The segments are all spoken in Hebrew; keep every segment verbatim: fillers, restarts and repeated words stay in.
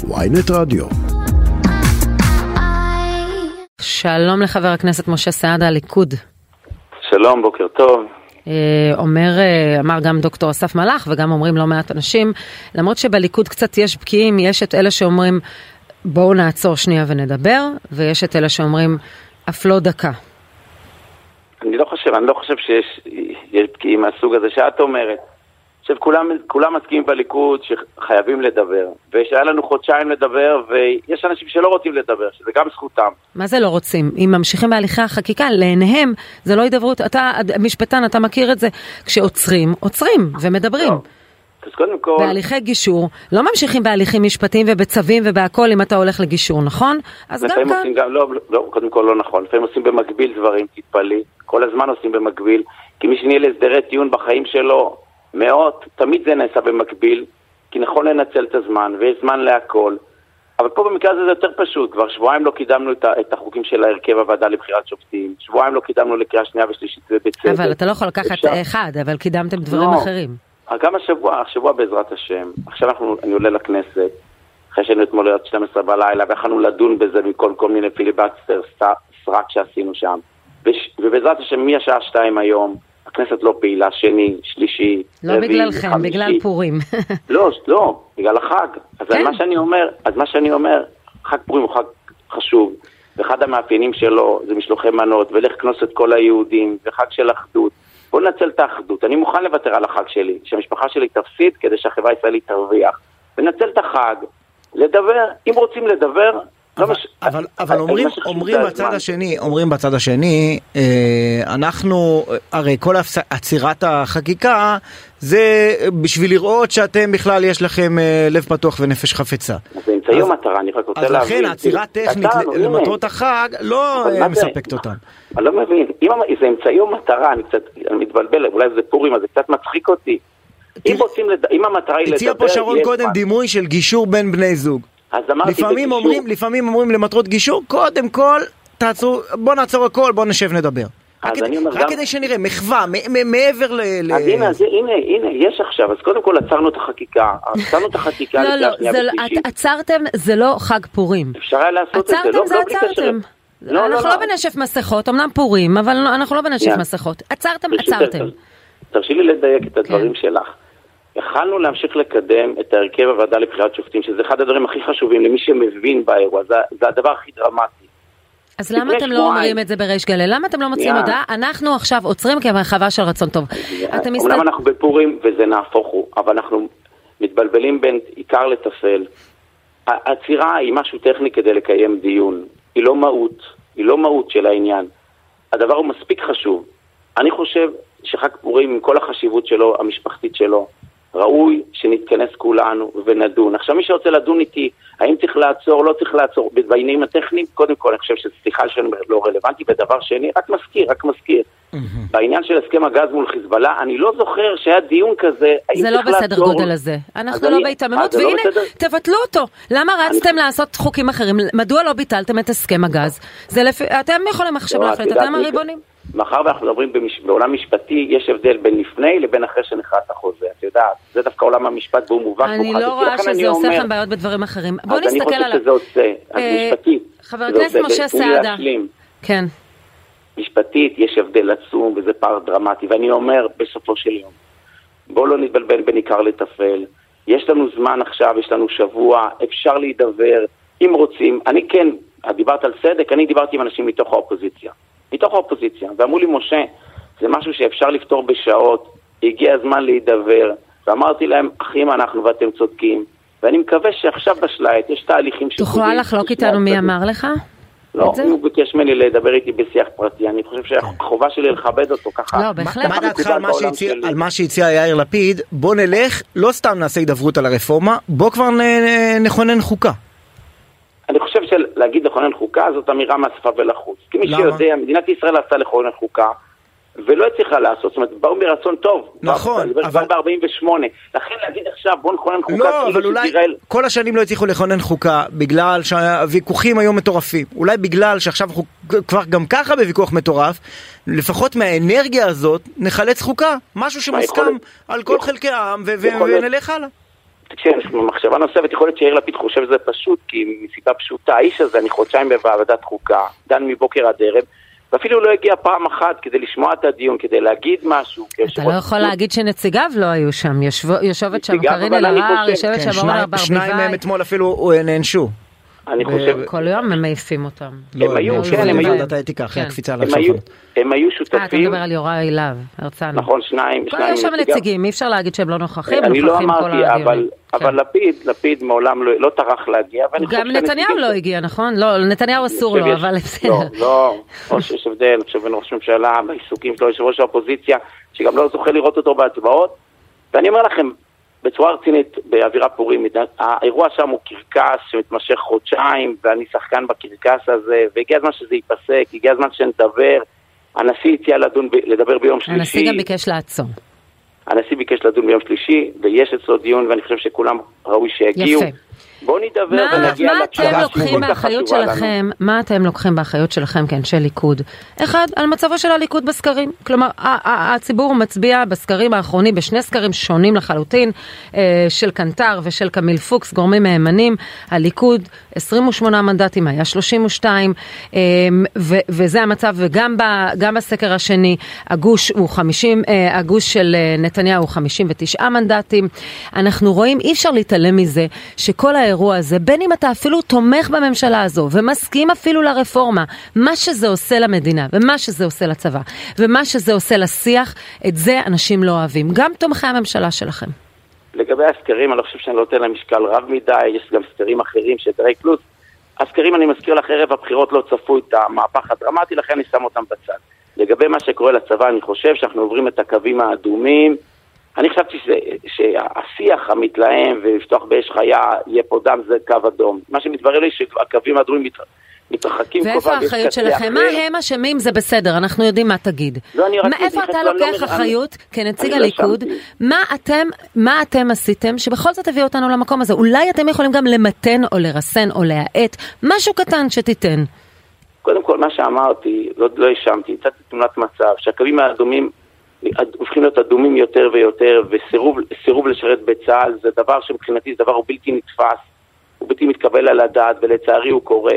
וויינט רדיו. שלום לחבר הכנסת משה סעדה, הליכוד. שלום, בוקר טוב. אומר, אמר גם דוקטור אסף מלאך וגם אומרים לא מעט אנשים, למרות שבליכוד קצת יש בקיאים, יש את אלה שאומרים בואו נעצור שנייה ונדבר, ויש את אלה שאומרים אף לא דקה. אני לא חושב, אני לא חושב שיש יש בקיאים מהסוג הזה שאת אומרת. עכשיו כולם, כולם מסכימים בליכוד שחייבים לדבר, ושהיה לנו חודשיים לדבר, ויש אנשים שלא רוצים לדבר, שזה גם זכותם. מה זה לא רוצים? אם ממשיכים בהליכי החקיקה, לעיניהם זה לא הידברות. אתה, משפטן, אתה מכיר את זה, כשעוצרים, עוצרים ומדברים. אז קודם כל... בהליכי גישור, לא ממשיכים בהליכים משפטיים ובצווים ובהכל אם אתה הולך לגישור, נכון? אז גם כאן... גם, לא, לא, קודם כל לא נכון. לפעמים עושים במקביל דברים, תתפלאי. כל הזמן עושים במקביל, כי מי שנייה להסדרי טיעון בחיים שלו, מאות, תמיד זה נעשה במקביל, כי נכון לנצל את הזמן, ויש זמן להכל. אבל פה במקרה הזה זה יותר פשוט, כבר שבועיים לא קידמנו את, את החוקים של ההרכב הוועדה לבחירת שופטים, שבועיים לא קידמנו לקריאה שנייה ושלישית ובצדק. אבל אתה לא יכול לקחת אפשר... אחד, אבל קידמתם דברים לא. אחרים. גם השבוע, השבוע בעזרת השם, עכשיו אנחנו, אני עולה לכנסת, אחרי שהיינו אתמול עד שתים עשרה בלילה, והחלנו לדון בזה מכל כל מיני פיליבסטר סרק שעשינו שם. וש, ובעזרת השם, מי השעה שתיים היום, הכנסת לא פעילה, שני, שלישי, לא רביעי, בגללכם, חמישי. בגלל פורים. לא, לא, בגלל החג. אז כן. מה שאני אומר, אז מה שאני אומר, חג פורים הוא חג חשוב, ואחד המאפיינים שלו זה משלוחי מנות, ולך כנוס את כל היהודים, וחג של אחדות. בוא נצל את האחדות. אני מוכן לוותר על החג שלי, שהמשפחה שלי תפסיד כדי שהחברה הישראלית תרוויח. ונצל את החג, לדבר, אם רוצים לדבר, אבל, אבל, אבל אומרים, אומרים בצד השני, אומרים בצד השני, אנחנו, הרי כל עצירת החקיקה זה בשביל לראות שאתם בכלל יש לכם לב פתוח ונפש חפצה. זה אמצעי המטרה, אני רק רוצה להבין. אז לכן עצירה טכנית למטרות החג לא מספקת אותם. אני לא מבין, אם זה אמצעי המטרה, אני קצת מתבלבל, אולי זה פורים, אז זה קצת מצחיק אותי. אם רוצים, אם המטרה היא לדבר... הציע פה שרון קודם דימוי של גישור בין בני זוג. לפעמים אומרים, לפעמים אומרים למטרות גישור, קודם כל, תעצרו, בוא נעצור הכל, בוא נשב נדבר. רק כדי שנראה, מחווה, מעבר ל... אז הנה, הנה, יש עכשיו, אז קודם כל עצרנו את החקיקה, עצרנו את החקיקה... לא, לא, עצרתם, זה לא חג פורים. אפשר היה לעשות את זה, עצרתם, זה עצרתם. אנחנו לא בנשף מסכות, אמנם פורים, אבל אנחנו לא בנשף מסכות. עצרתם, עצרתם. תרשי לי לדייק את הדברים שלך. יכלנו להמשיך לקדם את הרכב הוועדה לבחירת שופטים, שזה אחד הדברים הכי חשובים למי שמבין באירוע, זה, זה הדבר הכי דרמטי. אז למה אתם לא אומרים את זה בריש גלי? למה אתם לא מוצאים הודעה? אנחנו עכשיו עוצרים כמחווה של רצון טוב. אומנם אנחנו בפורים וזה נהפוך הוא, אבל אנחנו מתבלבלים בין עיקר לטפל. העצירה היא משהו טכני כדי לקיים דיון. היא לא מהות, היא לא מהות של העניין. הדבר הוא מספיק חשוב. אני חושב שחג פורים עם כל החשיבות שלו, המשפחתית שלו, ראוי שנתכנס כולנו ונדון. עכשיו מי שרוצה לדון איתי, האם צריך לעצור, לא צריך לעצור, בעניינים הטכניים, קודם כל אני חושב שסליחה שאני לא רלוונטי, בדבר שני, רק מזכיר, רק מזכיר. בעניין של הסכם הגז מול חיזבאללה, אני לא זוכר שהיה דיון כזה, זה לא בסדר גודל הזה. אנחנו לא בהתאמנות, והנה, תבטלו אותו. למה רצתם לעשות חוקים אחרים? מדוע לא ביטלתם את הסכם הגז? אתם יכולים עכשיו להחליט, אתם הריבונים. מאחר ואנחנו מדברים בעולם משפטי, יש הבדל בין לפני לבין אחרי שנחרט החוזה. את יודעת, זה דווקא עולם המשפט והוא מובן. אני לא רואה שזה עושה לכם בעיות בדברים אחרים. בואו נסתכל עליו. אז אני חושב שזה עושה, אז משפטית. חבר הכנסת משה סעדה. כן. משפטית יש הבדל עצום וזה פער דרמטי. ואני אומר בסופו של יום, בואו לא נתבלבל בין עיקר לטפל. יש לנו זמן עכשיו, יש לנו שבוע, אפשר להידבר, אם רוצים. אני כן, דיברת על צדק, אני דיברתי עם אנשים מתוך האופוזיציה. מתוך האופוזיציה, ואמרו לי, משה, זה משהו שאפשר לפתור בשעות, הגיע הזמן להידבר, ואמרתי להם, אחים אנחנו ואתם צודקים, ואני מקווה שעכשיו בשלט יש תהליכים... תוכל לחלוק איתנו מי אמר לך? לא, הוא ביקש ממני לדבר איתי בשיח פרטי, אני חושב שהחובה שלי לכבד אותו ככה. לא, בהחלט. מה דעתך על מה שהציע יאיר לפיד? בוא נלך, לא סתם נעשה הידברות על הרפורמה, בוא כבר נכונן חוקה. אני חושב שלהגיד לכונן חוקה זאת אמירה מהשפה ולחוץ. כי מי שיודע, מדינת ישראל עשתה לכונן חוקה, ולא הצליחה לעשות, זאת אומרת, באו מרצון טוב. נכון, אבל... ב-ארבעים ושמונה. לכן להגיד עכשיו, בוא נכונן חוקה... לא, אבל אולי כל השנים לא הצליחו לכונן חוקה, בגלל שהוויכוחים היום מטורפים. אולי בגלל שעכשיו אנחנו כבר גם ככה בוויכוח מטורף, לפחות מהאנרגיה הזאת נחלץ חוקה. משהו שמוסכם על כל חלקי העם, ונלך הלאה. כשמחשבה נוספת, יכול להיות שיאיר לפיד חושב שזה פשוט, כי מסיבה פשוטה, האיש הזה, אני חודשיים בוועדת חוקה, דן מבוקר עד ערב, ואפילו לא הגיע פעם אחת כדי לשמוע את הדיון, כדי להגיד משהו. אתה לא יכול להגיד שנציגיו לא היו שם, יושבת שם קרין אלהרר, יושבת שם אורנה ברביבאי. שניים מהם אתמול אפילו נענשו. אני חושב... כל יום הם מעיפים אותם. הם היו, כן, הם היו... הם היו שותפים... אה, אתה מדבר על יוראי להב, הרצנו. נכון, שניים. היו שם נציגים, אי אפשר להגיד שהם לא נוכחים, אני לא אמרתי, אבל לפיד, לפיד מעולם לא טרח להגיע. גם נתניהו לא הגיע, נכון? לא, נתניהו אסור לו, אבל... לא, לא, יש הבדל, אני חושב בין ראש ממשלה, בעיסוקים שלו, יושב ראש האופוזיציה, שגם לא זוכה לראות אותו בהצבעות, ואני אומר לכם, בצורה רצינית, באווירה פורים, האירוע שם הוא קרקס שמתמשך חודשיים, ואני שחקן בקרקס הזה, והגיע הזמן שזה ייפסק, הגיע הזמן שנדבר, הנשיא הציע לדון, לדבר ביום שלישי. הנשיא גם ביקש לעצור. הנשיא ביקש לדון ביום שלישי, ויש אצלו דיון, ואני חושב שכולם ראוי שיגיעו. יפה. בואו נדבר ונגיע לתשובה שכל כך חשובה לנו. מה אתם לוקחים באחריות שלכם כאנשי ליכוד? אחד, על מצבו של הליכוד בסקרים. כלומר, הציבור מצביע בסקרים האחרונים, בשני סקרים שונים לחלוטין, של קנטר ושל קמיל פוקס, גורמים מהימנים. הליכוד, עשרים ושמונה מנדטים, היה שלושים ושתיים, וזה המצב, וגם בסקר השני, הגוש הוא חמישים, הגוש של נתניהו הוא חמישים ותשעה מנדטים. אנחנו רואים, אי אפשר להתעלם מזה, שכל האירוע הזה, בין אם אתה אפילו תומך בממשלה הזו, ומסכים אפילו לרפורמה, מה שזה עושה למדינה, ומה שזה עושה לצבא, ומה שזה עושה לשיח, את זה אנשים לא אוהבים. גם תומכי הממשלה שלכם. לגבי הסקרים, אני לא חושב שאני לא נותן להם משקל רב מדי, יש גם סקרים אחרים שדרי פלוס. הסקרים, אני מזכיר לך, ערב הבחירות לא צפו את המהפך הדרמטי, לכן אני שם אותם בצד. לגבי מה שקורה לצבא, אני חושב שאנחנו עוברים את הקווים האדומים. אני חשבתי שזה, שהשיח המתלהם ולפתוח באש חיה, יהיה פה דם, זה קו אדום. מה שמתברר לי שהקווים האדומים מת, מתרחקים. ואיפה האחריות שלכם? מה הם אשמים? זה בסדר, אנחנו יודעים מה תגיד. לא, מאיפה אתה לוקח אחריות כנציג הליכוד? מה אתם, מה אתם עשיתם שבכל זאת הביאו אותנו למקום הזה? אולי אתם יכולים גם למתן או לרסן או להעט משהו קטן שתיתן. קודם כל, מה שאמרתי, לא, לא השמתי, הצעתי תמונת מצב, שהקווים האדומים הופכים להיות אדומים יותר ויותר, וסירוב לשרת בצה"ל זה דבר שמבחינתי זה דבר הוא בלתי נתפס, הוא בלתי מתקבל על הדעת, ולצערי הוא קורה.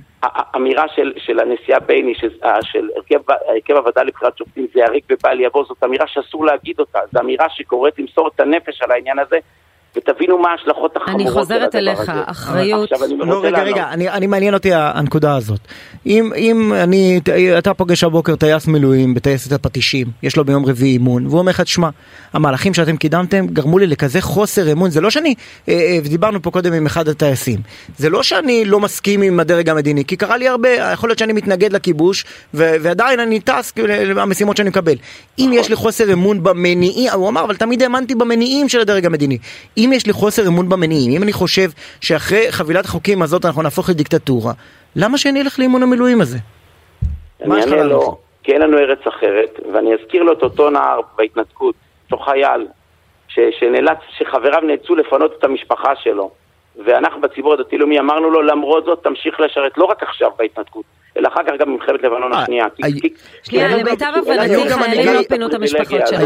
האמירה של, של הנשיאה בייני, של, של הרכב הוועדה לבחירת שופטים, זה יריק ובל יבוא, זאת אמירה שאסור להגיד אותה, זו אמירה שקוראת למסור את הנפש על העניין הזה, ותבינו מה ההשלכות החמורות. אני חוזרת אליך, אחריות. לא, רגע, רגע, אני, אני מעניין אותי הנקודה הזאת. אם, אם אני, אתה פוגש הבוקר טייס מילואים בטייסת הפטישים, יש לו ביום רביעי אימון, והוא אומר לך, תשמע, המהלכים שאתם קידמתם גרמו לי לכזה חוסר אמון, זה לא שאני, דיברנו פה קודם עם אחד הטייסים, זה לא שאני לא מסכים עם הדרג המדיני, כי קרה לי הרבה, יכול להיות שאני מתנגד לכיבוש, ועדיין אני טס למשימות שאני מקבל. אם יש לי חוסר אמון במניעים, הוא אמר, אבל תמיד האמנתי במניעים של הדרג המדיני. אם יש לי חוסר אמון במניעים, אם אני חושב שאחרי חבילת החוקים הזאת אנחנו נהפוך לדיקטטורה, למה שאני אלך לאימון המילואים הזה? אני אענה לו, כי אין לנו ארץ אחרת, ואני אזכיר לו את אותו נער בהתנתקות, אותו חייל, שנאלץ, שחבריו נאלצו לפנות את המשפחה שלו, ואנחנו בציבור הדתי-לאומי אמרנו לו, למרות זאת תמשיך לשרת, לא רק עכשיו בהתנתקות, אלא אחר כך גם במלחמת לבנון השנייה. שנייה, למיטב הבנתי חיילים לא פינו את המשפחות שלהם.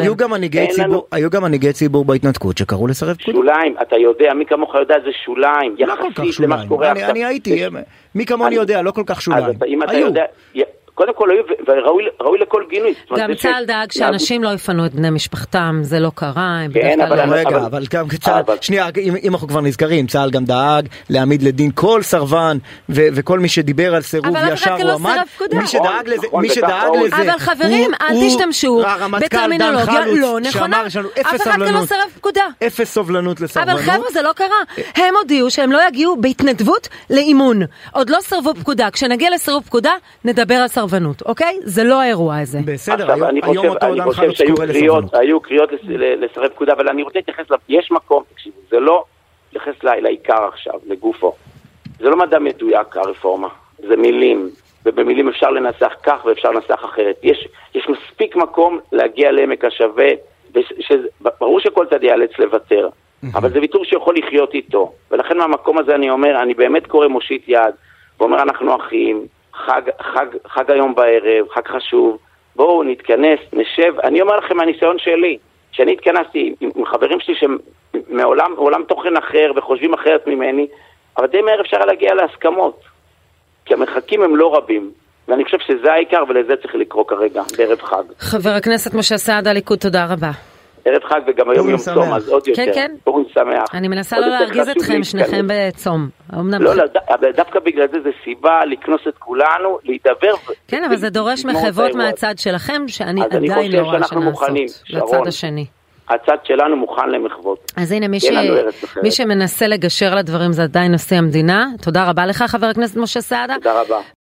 היו גם מנהיגי ציבור בהתנתקות שקראו לסרב פקודה. שוליים, אתה יודע, מי כמוך יודע זה שוליים, יחסית למה שקורה עכשיו. אני הייתי, מי כמוני יודע, לא כל כך שוליים. אם אתה יודע... קודם כל, וראוי לכל גינוי. גם צה"ל דאג שאנשים לא יפנו את בני משפחתם, זה לא קרה. כן, אבל רגע, אבל גם צה"ל, שנייה, אם אנחנו כבר נזכרים, צה"ל גם דאג להעמיד לדין כל סרבן, וכל מי שדיבר על סירוב ישר הוא עמד, מי שדאג לזה, מי שדאג לזה, אבל חברים, אל תשתמשו בטרמינולוגיה לא נכונה. אף אחד כאן לא סירב פקודה. אפס סובלנות לסרבנות. אבל חבר'ה, זה לא קרה. הם הודיעו שהם לא יגיעו בהתנדבות לאימון. עוד לא סרבו פקודה. כשנגיע לסירוב פקודה, נדבר על סרבנות, אוקיי? זה לא האירוע הזה. בסדר, היום אותו אדם חלוץ קורא לסרבנות. היו קריאות לסרב פקודה, אבל אני רוצה להתייחס, יש מקום, תקשיבו, זה לא להתייחס לעיקר עכשיו, לגופו. זה לא מדע מדויק, הרפורמה. זה מילים, ובמילים אפשר לנסח כך ואפשר לנסח אחרת. יש, יש מספיק מקום להגיע לעמק השווה, ברור שכל צד ייאלץ לוותר, אבל זה ויתור שיכול לחיות איתו. ולכן מהמקום הזה אני אומר, אני באמת קורא מושיט יד, ואומר אנחנו אחים, חג, חג, חג היום בערב, חג חשוב, בואו נתכנס, נשב, אני אומר לכם מהניסיון שלי, שאני התכנסתי עם, עם חברים שלי שמעולם עולם תוכן אחר וחושבים אחרת ממני, אבל די מהר אפשר להגיע להסכמות, כי המרחקים הם לא רבים, ואני חושב שזה העיקר ולזה צריך לקרוא כרגע, בערב חג. חבר הכנסת משה סעדה, ליכוד, תודה רבה. ערב חג וגם היום יום צום, אז עוד יותר. כן, כן. פורים שמח. אני מנסה לא להרגיז אתכם, שניכם בצום. לא, לא, דווקא בגלל זה זה סיבה לקנוס את כולנו, להידבר. כן, אבל זה דורש מחוות מהצד שלכם, שאני עדיין לא רואה שנעשות, לצד השני. הצד שלנו מוכן למחוות. אז הנה, מי שמנסה לגשר לדברים זה עדיין נשיא המדינה. תודה רבה לך, חבר הכנסת משה סעדה. תודה רבה.